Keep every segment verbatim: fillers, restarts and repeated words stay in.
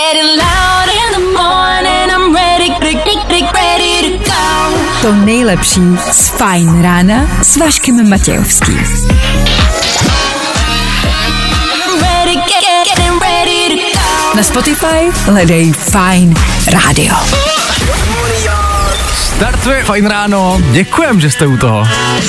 To nejlepší z Fajn rána s Vaškem Matějovským. Na Spotify hledej Fajn rádio. Startuje Fajn ráno, děkujem, že jste u toho.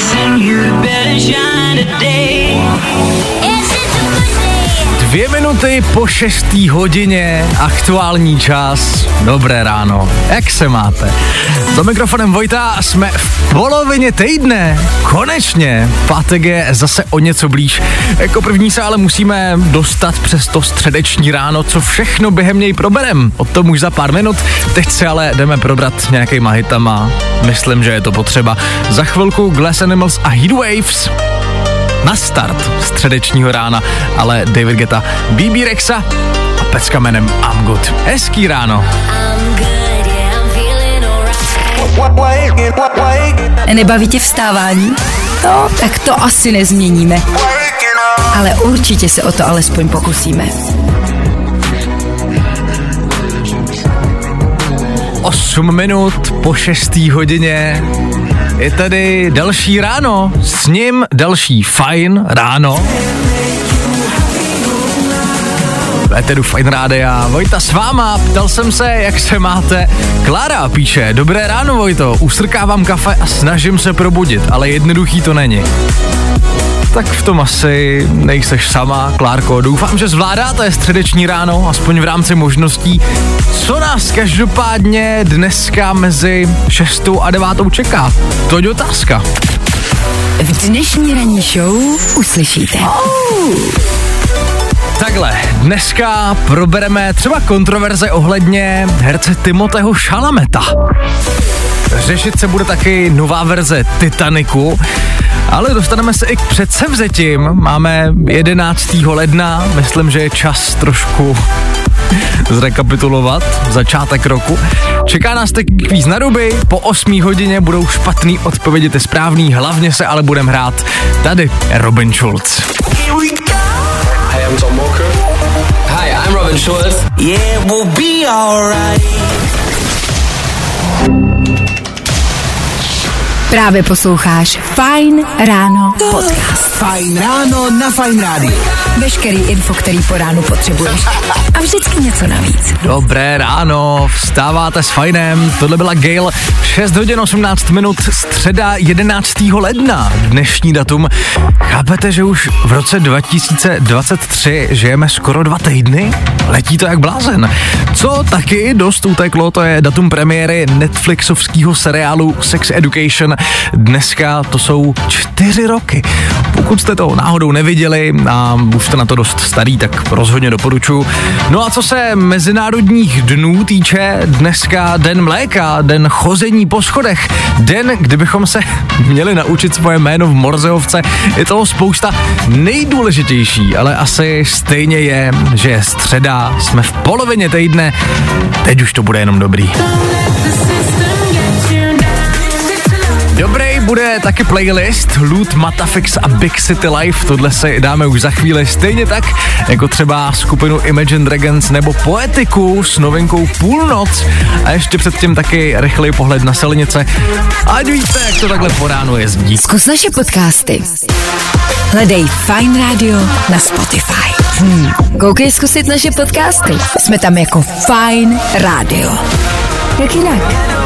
Dvě minuty po šestý hodině, aktuální čas, dobré ráno, jak se máte? Za mikrofonem Vojta jsme v polovině týdne, konečně, pátek je zase o něco blíž. Jako první se ale musíme dostat přes to středeční ráno, co všechno během něj proberem, o tom už za pár minut, teď se ale jdeme probrat nějakýma hitama, myslím, že je to potřeba. Za chvilku Glass Animals a Heatwaves. Na start středečního rána, ale David Guetta, B B Rexa a pecka jménem I'm Good. Hezký ráno. Nebaví tě vstávání? No, tak to asi nezměníme. Ale určitě se o to alespoň pokusíme. Osm minut po šestý hodině je tady další ráno, s ním další Fajn ráno. Véteru Fajn rádia, Vojta s váma, ptal jsem se, jak se máte. Klára píše, dobré ráno Vojto, ustrkávám kafe a snažím se probudit, ale jednoduchý to není. Tak v tom asi nejseš sama, Klárko. Doufám, že zvládáte středeční ráno, aspoň v rámci možností. Co nás každopádně dneska mezi šestou a devátou čeká? To je otázka. V dnešní ranní show uslyšíte. Oh. Takhle, dneska probereme třeba kontroverze ohledně herce Timothého Chalameta. Řešit se bude taky nová verze Titaniku, ale dostaneme se i k předsevzetím. Máme jedenáctého ledna, myslím, že je čas trošku zrekapitulovat začátek roku. Čeká nás teď kvíz na ruby, po osmý hodině budou špatný odpovědi ty správný, hlavně se ale budeme hrát. Tady je Robin Schulz. Hey, I'm Tom Walker. Hi, I'm Robin Schulz. Yeah, we'll be alright. Právě posloucháš Fajn ráno podcast. Fajn ráno na Fajn rádiu. Veškerý info, který po ránu potřebuješ. A vždycky něco navíc. Dobré ráno, vstáváte s Fajnem, tohle byla Gail, šest hodin osmnáct minut, středa jedenáctého ledna, dnešní datum. Chápete, že už v roce dva tisíce dvacet tři žijeme skoro dva týdny? Letí to jak blázen. Co taky dost uteklo, to je datum premiéry Netflixovského seriálu Sex Education. Dneska to jsou čtyři roky. Pokud jste to náhodou neviděli a už jste na to dost starý, tak rozhodně doporučuji. No a co se mezinárodních dnů týče, dneska den mléka, den chození po schodech, den, kdybychom se měli naučit svoje jméno v morzeovce, je toho spousta. Nejdůležitější, ale asi stejně je, že je středa, jsme v polovině týdne, teď už to bude jenom dobrý. Dobrý bude taky playlist Loot, Matafix a Big City Life, tohle se dáme už za chvíli, stejně tak jako třeba skupinu Imagine Dragons nebo Poetiku s novinkou Půlnoc a ještě předtím taky rychlej pohled na silnice. Ať víte, jak to takhle po ránu jezdí. Zkus naše podcasty. Hledej Fajn rádio na Spotify. Hmm. Koukej zkusit naše podcasty. Jsme tam jako Fajn rádio. Jak jinak?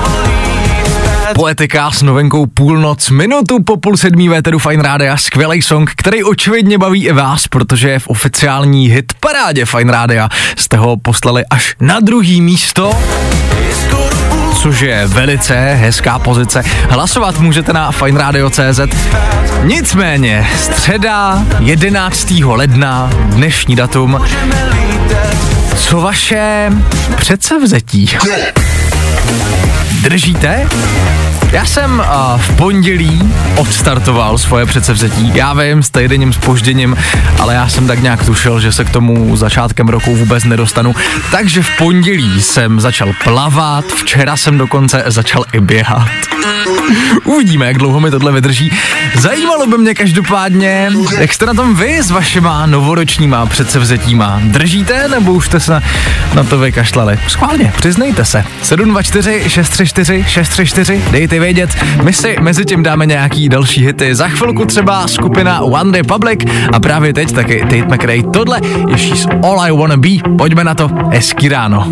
Poetika s novinkou Půlnoc, minutu po půl sedmí véteru Fajn rádia, skvělej song, který očividně baví i vás, protože je v oficiální hitparádě Fajn rádia. Jste ho poslali až na druhý místo, což je velice hezká pozice. Hlasovat můžete na fajnradio tečka cé zet. Nicméně, středa jedenáctého ledna, dnešní datum. Co vaše předsevzetí? Držíte? Já jsem uh, v pondělí odstartoval svoje předsevzetí. Já vím, s týdenním zpožděním, ale já jsem tak nějak tušil, že se k tomu začátkem roku vůbec nedostanu. Takže v pondělí jsem začal plavat, včera jsem dokonce začal i běhat. Uvidíme, jak dlouho mi tohle vydrží. Zajímalo by mě každopádně, jak jste na tom vy s vašima novoročníma předsevzetíma. Držíte, nebo už jste se na to vykašlali? Schválně, přiznejte se. sedm dva čtyři šest tři čtyři šest tři čtyři, dejte vědět. My si mezi tím dáme nějaký další hity. Za chvilku třeba skupina One Republic a právě teď taky Tate McRae. Tohle je She's All I Wanna Be. Pojďme na to. Hezký ráno.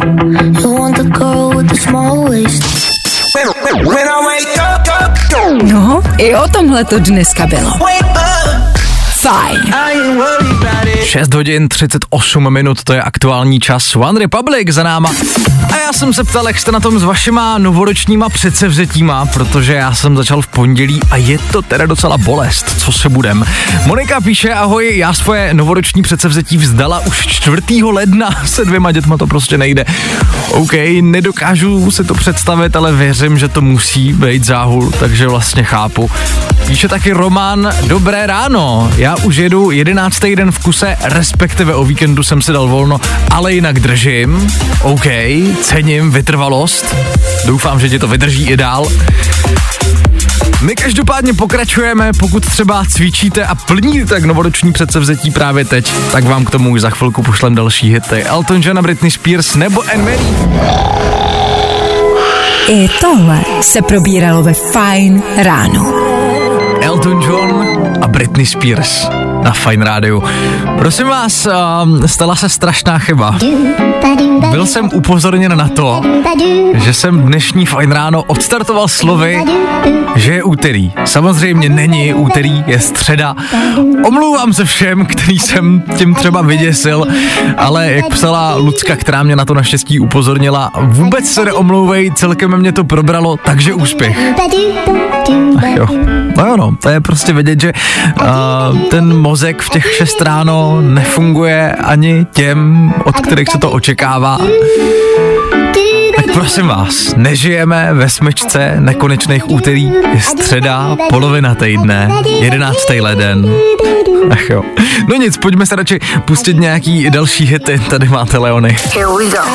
No, i o tomhle to dneska bylo. Fajn. šest hodin třicet osm minut, to je aktuální čas. One Republic za náma. A já jsem se ptal, jak jste na tom s vašima novoročníma předsevzetíma, protože já jsem začal v pondělí a je to teda docela bolest, co se budem. Monika píše, ahoj, já svoje novoroční předsevzetí vzdala už čtvrtého ledna, se dvěma dětma to prostě nejde. OK, nedokážu si to představit, ale věřím, že to musí být záhul, takže vlastně chápu. Píše taky Roman, dobré ráno, já už jedu jedenáctý den v kuse, respektive o víkendu jsem si dal volno, ale jinak držím. OK, cením vytrvalost, doufám, že ti to vydrží i dál. My každopádně pokračujeme, pokud třeba cvičíte a plníte k novoroční předsevzetí právě teď, tak vám k tomu už za chvilku pošlem další hity. Elton John a Britney Spears nebo Anne-Marie. I tohle se probíralo ve Fajn ráno. Elton John a Britney Spears na Fajn rádiu. Prosím vás, uh, stala se strašná chyba. Byl jsem upozorněn na to, že jsem dnešní Fajn ráno odstartoval slovy, že je úterý. Samozřejmě není úterý, je středa. Omlouvám se všem, který jsem tím třeba vyděsil, ale jak psala Lucka, která mě na to naštěstí upozornila, vůbec se neomlouvej, celkem mě to probralo, takže úspěch. Ach jo. No jo, no, to je prostě vidět, že uh, ten mozek v těch šest ráno nefunguje ani těm, od kterých se to očekává. Tak prosím vás, nežijeme ve smyčce nekonečných úterý, je středa, polovina týdne, jedenáctý leden. Ach jo. No nic, pojďme se radši pustit nějaký další hity, tady máte Leony. Here we go.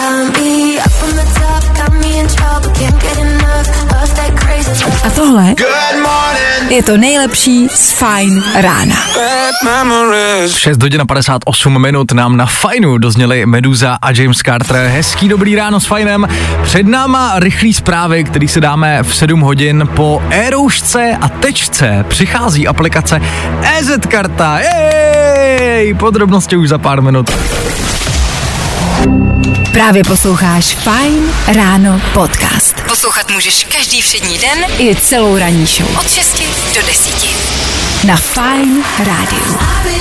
A tohle je to nejlepší z Fajn rána. šest hodin a padesát osm minut nám na Fajnu dozněli Meduza a James Carter. Hezký dobrý ráno s Fajnem. Před náma rychlý zprávy, který si dáme v sedm hodin. Po e-roušce a tečce přichází aplikace é zet karta. Jej! Podrobnosti už za pár minut. Právě posloucháš Fajn ráno podcast. Poslouchat můžeš každý všední den i celou ranní show. Od šesti do desíti. Na Fajn rádiu.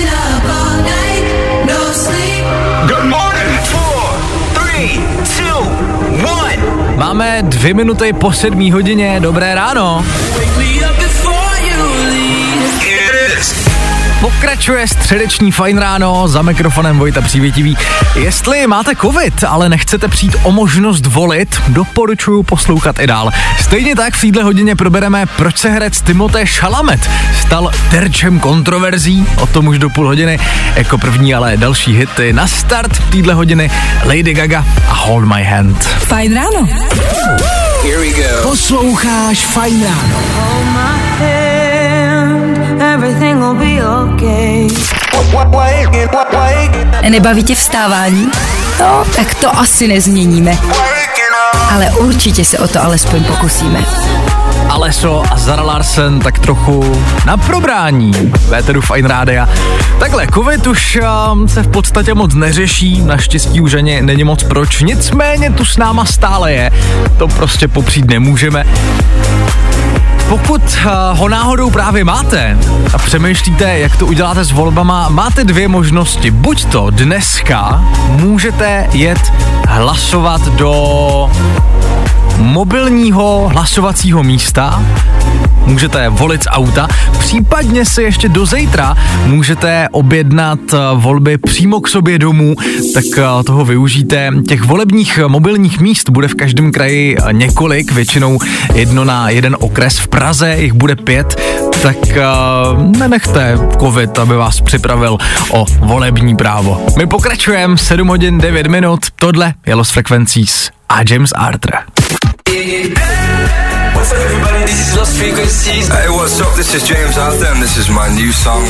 Good morning. Four, three, two, one. Máme dvě minuty po sedmý hodině. Dobré ráno. Pokračuje středeční Fajn ráno, za mikrofonem Vojta Přívětivý. Jestli máte covid, ale nechcete přijít o možnost volit, doporučuji poslouchat i dál. Stejně tak v této hodině probereme, proč se herec Timothée Chalamet stal terčem kontroverzí, o tom už do půl hodiny. Jako první ale další hity na start této hodiny Lady Gaga a Hold My Hand. Fajn ráno. Here we go. Posloucháš Fajn ráno. Everything will be okay. Nebaví tě vstávání? No, tak to asi nezměníme. Ale určitě se o to alespoň pokusíme. Alesso a Zara Larsen tak trochu na probrání véteru Fajn rádia. Takhle, covid už um, se v podstatě moc neřeší, naštěstí už ani není moc proč, nicméně tu s náma stále je, to prostě popřít nemůžeme. Pokud uh, ho náhodou právě máte a přemýšlíte, jak to uděláte s volbama, máte dvě možnosti. Buď to dneska můžete jet hlasovat do mobilního hlasovacího místa, můžete volit z auta, případně si ještě do zítra můžete objednat volby přímo k sobě domů, tak toho využijte. Těch volebních mobilních míst bude v každém kraji několik, většinou jedno na jeden okres. V Praze jich bude pět, tak uh, nenechte covid, aby vás připravil o volební právo. My pokračujeme, sedm hodin devět minut, tohle je Lost Frequencies a James Arthur. What's up, everybody? These lost frequencies. Hey, what's up? This is James Arthur. This is my new song.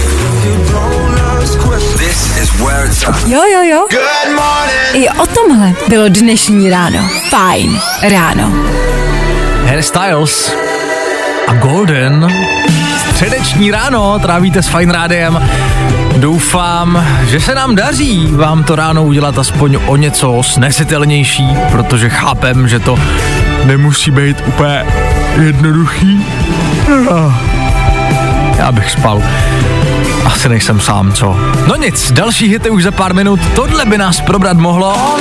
This is where it's at. Jo, jo, jo. Good morning. I o tomhle bylo dnešní ráno. Fajn ráno. Harry Styles a Golden. Středeční ráno trávíte s Fajn rádiem. Doufám, že se nám daří vám to ráno udělat aspoň o něco snesitelnější, protože chápem, že to nemusí být úplně jednoduchý. Já bych spal. Asi nejsem sám, co? No nic, další hity už za pár minut, tohle by nás probrat mohlo.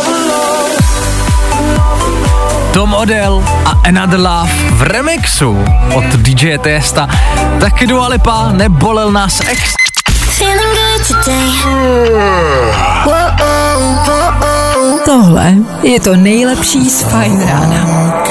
Tom Odell a Another Love v remixu od D J Tiesta, taky Dua Lipa, Nebolel nás ex. Tohle je to nejlepší z Fajn rána.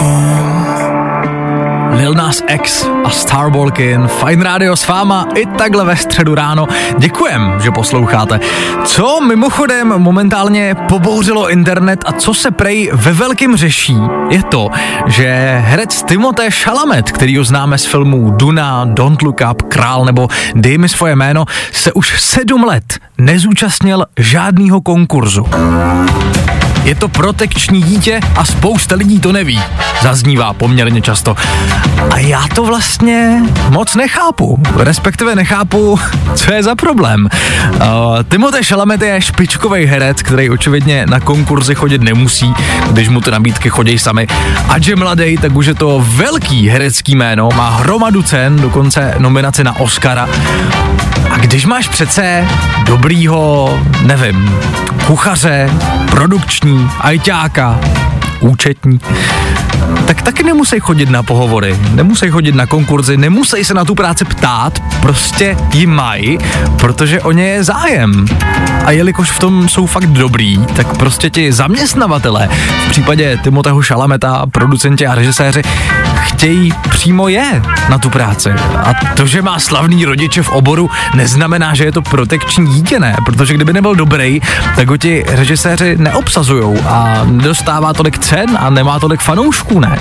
Lil Nas X a Starbolkin, Fajn rádio s váma i takhle ve středu ráno. Děkujem, že posloucháte. Co mimochodem momentálně pobouřilo internet a co se prej ve velkým řeší, je to, že herec Timothée Chalamet, který ho známe z filmů Duna, Don't Look Up, Král nebo Dej mi svoje jméno, se už sedm let nezúčastnil žádného konkurzu. Je to protekční dítě a spousta lidí to neví. Zaznívá poměrně často. A já to vlastně moc nechápu. Respektive nechápu, co je za problém. Uh, Timothée Chalamet je špičkovej herec, který očividně na konkurzy chodit nemusí, když mu ty nabídky chodí sami. Ať je mladej, tak už je to velký herecký jméno, má hromadu cen, dokonce nominaci na Oscara. A když máš přece dobrýho, nevím, kuchaře, produkční, ajťáka, účetní, tak taky nemusí chodit na pohovory, nemusí chodit na konkurzy, nemusí se na tu práci ptát, prostě ji mají, protože o ně je zájem. A jelikož v tom jsou fakt dobrý, tak prostě ti zaměstnavatelé, v případě Timothého Chalameta, producenti a režiséři, chtějí přímo je na tu práci. A to, že má slavný rodiče v oboru, neznamená, že je to protekční dítě, ne? Protože kdyby nebyl dobrý, tak ho ti režiséři neobsazujou a nedostává tolik cen a nemá tolik fanoušků, ne?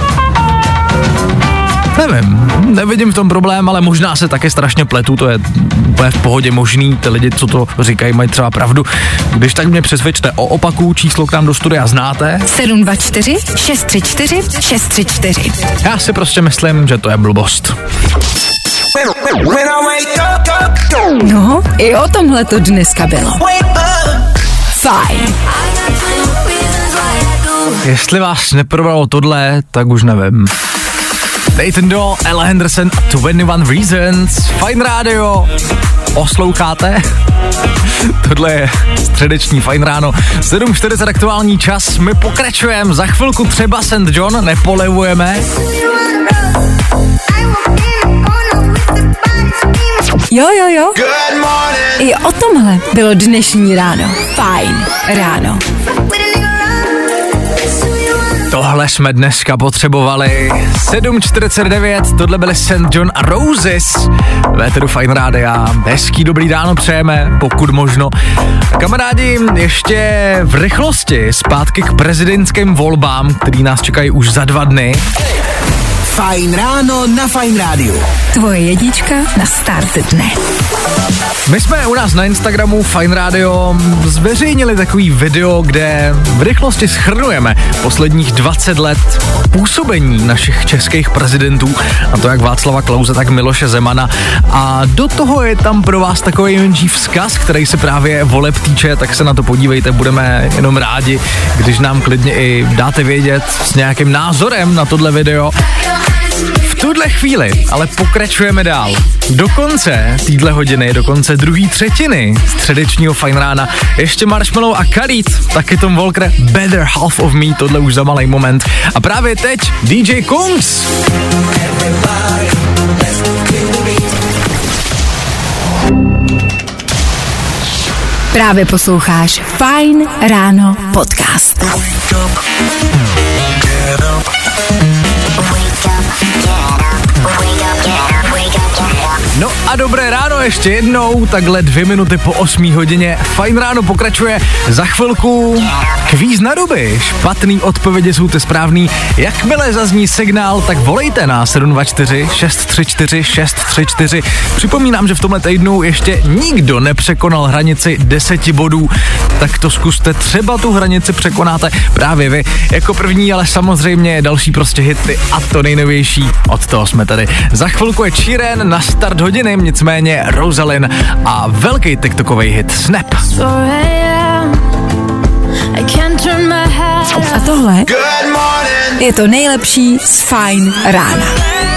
Nevím, nevidím v tom problém, ale možná se také strašně pletu, to je úplně v pohodě možný, ty lidi, co to říkají, mají třeba pravdu. Když tak mě přesvědčte o opaku, číslo k nám do studia znáte. sedm dva čtyři šest tři čtyři šest tři čtyři. Já si prostě myslím, že to je blbost. No, i o tomhle to dneska bylo. Fajn. Jestli vás neprobralo tohle, tak už nevím. Nathan Doe, Ella Henderson, dvacet jedna Reasons, Fajn rádio, posloucháte? Tohle je středeční Fajn ráno, sedm čtyřicet aktuální čas, my pokračujeme, za chvilku třeba Saint John, nepolevujeme. Jo, jo, jo. I o tomhle bylo dnešní ráno. Fajn ráno. Tohle jsme dneska potřebovali. sedm čtyřicet devět, tohle byly Saint John a Roses. Véteru Fajn rádia. Hezký dobrý ráno přejeme, pokud možno. Kamarádi, ještě v rychlosti zpátky k prezidentským volbám, který nás čekají už za dva dny. Fajn ráno na Fajn rádiu. Tvoje jednička na start dne. My jsme u nás na Instagramu Fajn rádio zveřejnili takový video, kde v rychlosti shrnujeme posledních dvacet let působení našich českých prezidentů, a to jak Václava Klause, tak Miloše Zemana. A do toho je tam pro vás takový menší vzkaz, který se právě voleb týče, tak se na to podívejte, budeme jenom rádi, když nám klidně i dáte vědět s nějakým názorem na tohle video. V tuhle chvíli ale pokračujeme dál. Do konce týdle hodiny, do konce druhé třetiny středečního Fajn rána ještě Marshmello a Khalid, taky Tom Walker, Better Half of Me, tohle už za malý moment. A právě teď D J Kungs. Právě posloucháš Fajn ráno podcast. No a dobré ráno ještě jednou, takhle dvě minuty po osmé hodině. Fajn ráno pokračuje za chvilku Kvíz na ruby, špatný odpovědi jsou ty správný. Jakmile zazní signál, tak volejte na sedm dva čtyři šest tři čtyři šest tři čtyři. Připomínám, že v tomhle týdnu ještě nikdo nepřekonal hranici deseti bodů, tak to zkuste, třeba tu hranici překonáte právě vy. Jako první, ale samozřejmě další prostě hity a to nejnovější, od toho jsme tady. Za chvilku je Sheeran na start hodiny, nicméně Rosalind a velký tiktokový hit Snap. A tohle je to nejlepší z Fajn rána.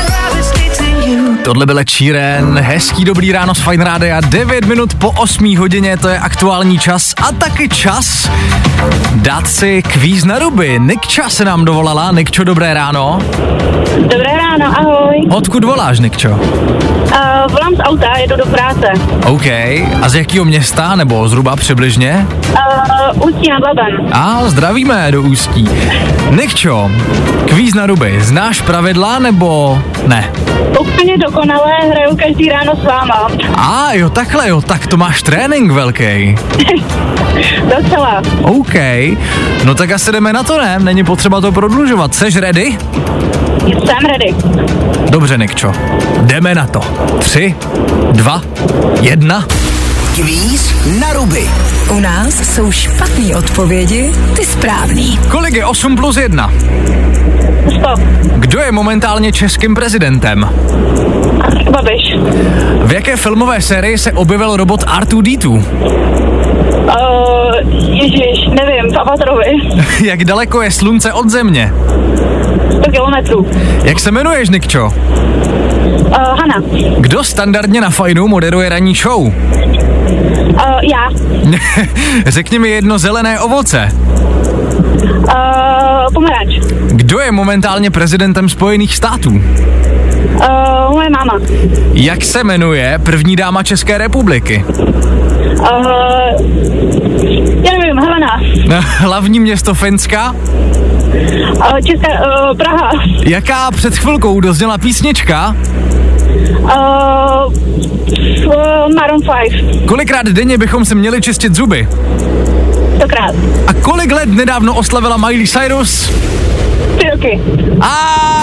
Tohle byl Sheeran, hezký dobrý ráno z Fajn rádia, devět minut po osmé hodině, to je aktuální čas a taky čas dát si kvíz na ruby. Nikča se nám dovolala. Nikčo, dobré ráno. Dobré ráno, ahoj. Odkud voláš, Nikčo? Uh, volám z auta, jedu do práce. OK, a z jakého města, nebo zhruba přibližně? Uh, Ústí nad Labem. A zdravíme do Ústí. Nikčo, kvíz na ruby, znáš pravidla, nebo ne? Úplně dokonale, hraju každý ráno s váma. A jo, takhle jo, tak to máš trénink velký. Docela. OK, no tak asi jdeme na to, ne? Není potřeba to prodlužovat. Seš ready? Jsem ready. Dobře, Nikčo, jdeme na to. Tři, dva, jedna. Kvíz na ruby. U nás jsou špatný odpovědi, ty správný. Kolik je osm plus jedna? Stop. Kdo je momentálně českým prezidentem? Babiš. V jaké filmové sérii se objevil robot R dva D dva? Uh, ježiš, nevím, v Avatarovi. Jak daleko je slunce od země? sto kilometrů. Jak se jmenuješ, Nikčo? Uh, Hana. Kdo standardně na Fajnu moderuje ranní show? Uh, já. Řekni mi jedno zelené ovoce. Uh, pomeranč. Kdo je momentálně prezidentem Spojených států? Uh, moje máma. Jak se jmenuje první dáma České republiky? Uh, já nevím, Helena. Hlavní město Finska? Uh, Česká, uh, Praha. Jaká před chvilkou dozněla písnička? Uh, uh, Maroon pět. Kolikrát denně bychom si měli čistit zuby? Stokrát. A kolik let nedávno oslavila Miley Cyrus? Tři roky. A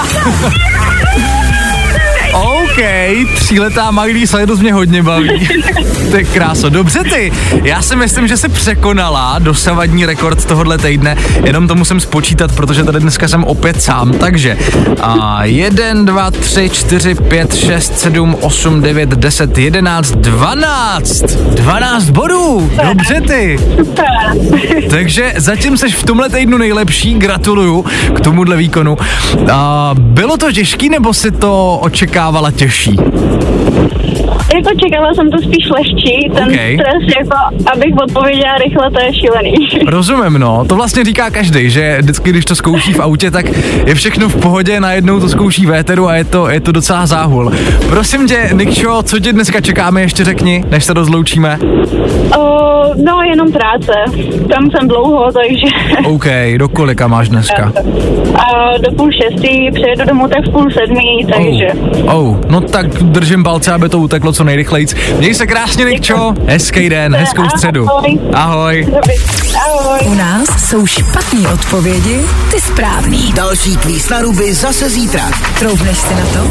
OK, tříletá Miley Cyrus mě hodně baví. To je kráso. Dobře ty, já si myslím, že jsi překonala dosavadní rekord tohohle týdne, jenom to musím spočítat, protože tady dneska jsem opět sám, takže a jeden, dva, tři, čtyři, pět, šest, sedm, osm, devět, deset, jedenáct, dvanáct. dvanáct bodů, dobře ty. Super. Takže zatím seš v tomhle týdnu nejlepší, gratuluju k tomuhle výkonu. A bylo to těžký, nebo si to očekávala těžší? Jako čekala jsem to spíš lehčí, ten Okay. stres, jako abych odpověděla rychle, to je šílený. Rozumím, no, to vlastně říká každý, že vždycky, když to zkouší v autě, tak je všechno v pohodě, najednou to zkouší v éteru a je to, je to docela záhul. Prosím tě, Nikčo, co tě dneska čekáme, ještě řekni, než se rozloučíme. Uh, no, jenom práce. Tam jsem dlouho, takže... OK, do kolika máš dneska? Uh, do půl šestý, přijedu domů tak v půl sedmý, takže... Oh, oh, no tak držím palce, aby to uteklo co nejrychlejc. Měj se krásně, Nikčo, hezký den, hezkou středu. Ahoj. Ahoj. Ahoj. U nás jsou špatný odpovědi, ty správný. Další kvíz na ruby zase zítra. Troufneš si na to?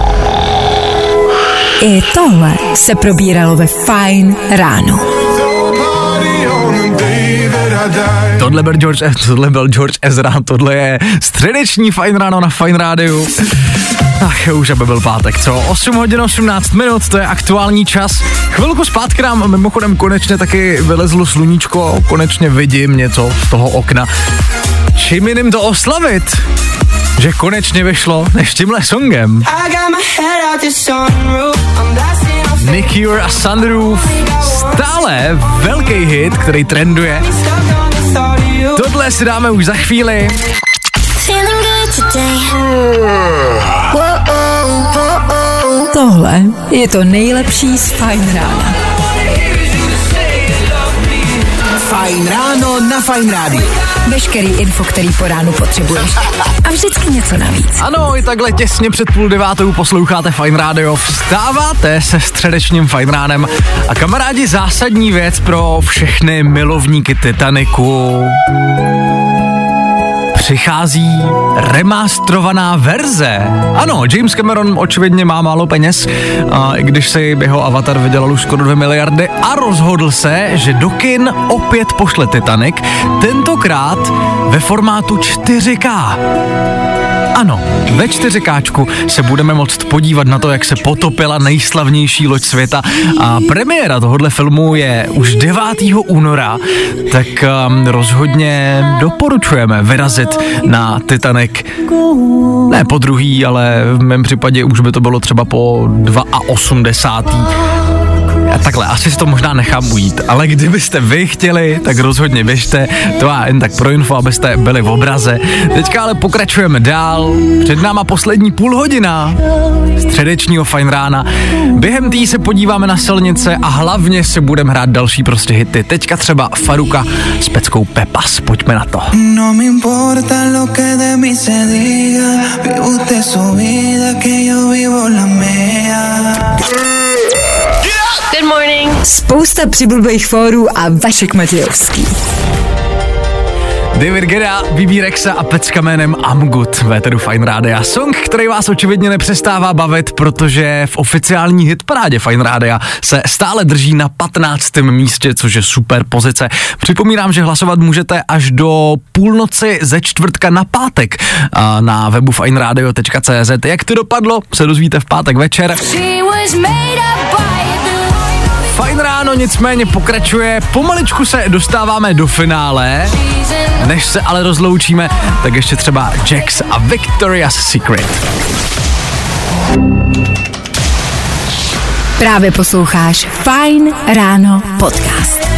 I tohle se probíralo ve Fajn ráno. Tohle byl George, tohle byl George Ezra, tohle je středeční Fajn ráno na Fajn rádiu. Ach, už aby byl pátek, co? osm hodin osmnáct minut, to je aktuální čas. Chvilku zpátky nám mimochodem konečně taky vylezlo sluníčko, konečně vidím něco z toho okna. Čím jiným to oslavit? Že konečně vyšlo než tímhle songem. Nick Cure a Sunroof, stále velký hit, který trenduje. Tohle si dáme už za chvíli. Tohle je to nejlepší z Fajn rána. Fajn ráno na Fajn rádiu. Veškerý info, který po ránu potřebuješ. A vždycky něco navíc. Ano, i takhle těsně před půl devátou posloucháte Fajn rádio. Vstáváte se středečním Fajn ránem. A kamarádi, zásadní věc pro všechny milovníky Titaniku. Přichází remastrovaná verze. Ano, James Cameron očividně má málo peněz, a i když si jeho Avatar vydělal už skoro dvě miliardy a rozhodl se, že do kin opět pošle Titanic, tentokrát ve formátu čtyři ká. Ano, ve čtyři káčku se budeme moct podívat na to, jak se potopila nejslavnější loď světa, a premiéra tohohle filmu je už devátého února, tak um, rozhodně doporučujeme vyrazit na Titanic. Ne po druhý, ale v mém případě už by to bylo třeba po osmdesátém A takhle, asi si to možná nechám ujít, ale kdybyste vy chtěli, tak rozhodně běžte, to já jen tak pro info, abyste byli v obraze. Teďka ale pokračujeme dál, před náma poslední půl hodina středečního Fajn rána. Během tý se podíváme na silnice a hlavně si budeme hrát další prostě hity. Teďka třeba Faruka s peckou Pepas, pojďme na to. No me importa lo que de mí se diga, vive usted su vida, que yo vivo la mía. Good morning. Spousta přibulbých fórů a Vašek Matějovský. David Guetta, B B Rexa a pecka jménem I'm Good, véteru Fajn rádia. Song, který vás očividně nepřestává bavit, protože v oficiální hitparádě Fajn rádia se stále drží na patnáctém místě, což je super pozice. Připomínám, že hlasovat můžete až do půlnoci ze čtvrtka na pátek a na webu fajnradio tečka cé zet. Jak to dopadlo, se dozvíte v pátek večer. Fajn ráno nicméně pokračuje, pomaličku se dostáváme do finále, než se ale rozloučíme, tak ještě třeba Jax a Victoria's Secret. Právě posloucháš Fajn ráno podcast.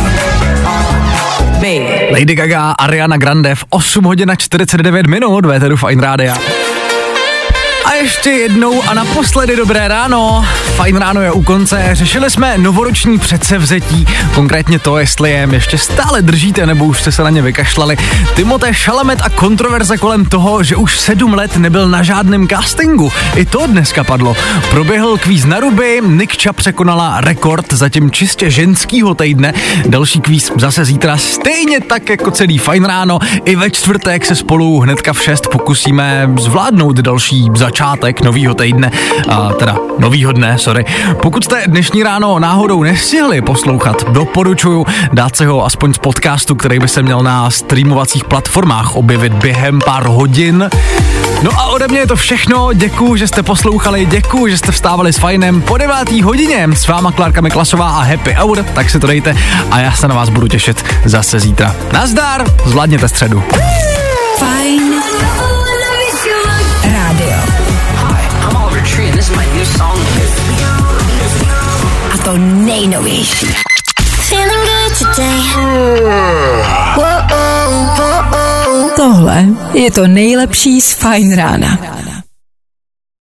Lady Gaga, Ariana Grande v osm hodin a čtyřicet devět minut, véteru Fajn rádia. A ještě jednou a naposledy dobré ráno. Fajn ráno je u konce. Řešili jsme novoroční předsevzetí, konkrétně to, jestli je ještě stále držíte, nebo už jste se na ně vykašlali. Timothée Chalamet a kontroverze kolem toho, že už sedm let nebyl na žádném castingu. I to dneska padlo. Proběhl kvíz na ruby, Nick Chubb překonala rekord zatím čistě ženskýho týdne. Další kvíz zase zítra, stejně tak jako celý Fajn ráno. I ve čtvrtek se spolu hnedka v šest pokusíme zvládnout další začátek novýho týdne, a teda novýho dne, sorry. Pokud jste dnešní ráno náhodou nestihli poslouchat, doporučuju dát se ho aspoň z podcastu, který by se měl na streamovacích platformách objevit během pár hodin. No a ode mě je to všechno, děkuju, že jste poslouchali, děkuju, že jste vstávali s Fajnem po devátý hodině. S váma Klárka Miklasová a Happy Hour, tak si to dejte a já se na vás budu těšit zase zítra. Nazdar, zvládněte středu. Fajn rádio. This is my new song. A to nejnovější. Tohle je to nejlepší z Fajn rána.